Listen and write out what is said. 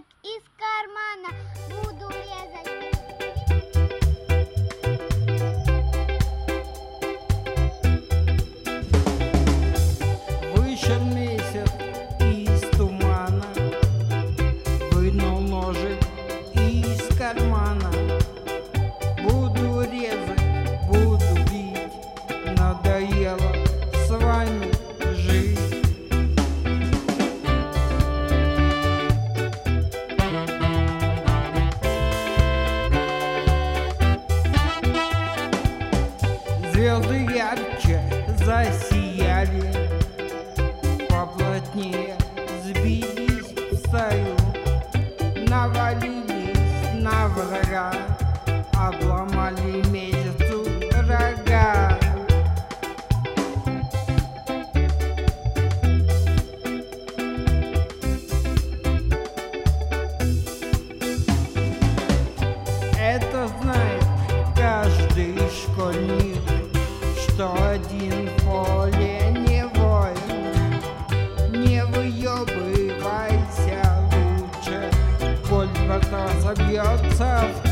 из кармана буду резать. Вышел месяц из тумана, вынул ножик из кармана. Буду резать, буду бить, надоело с вами жить. Звезды ярче засияли, поплотнее сбились в стаю, навалились на врага, обломали месяцу рога. Это знает каждый школьник, что один в поле не воин. Не выебывайся лучше, коль братан забьется в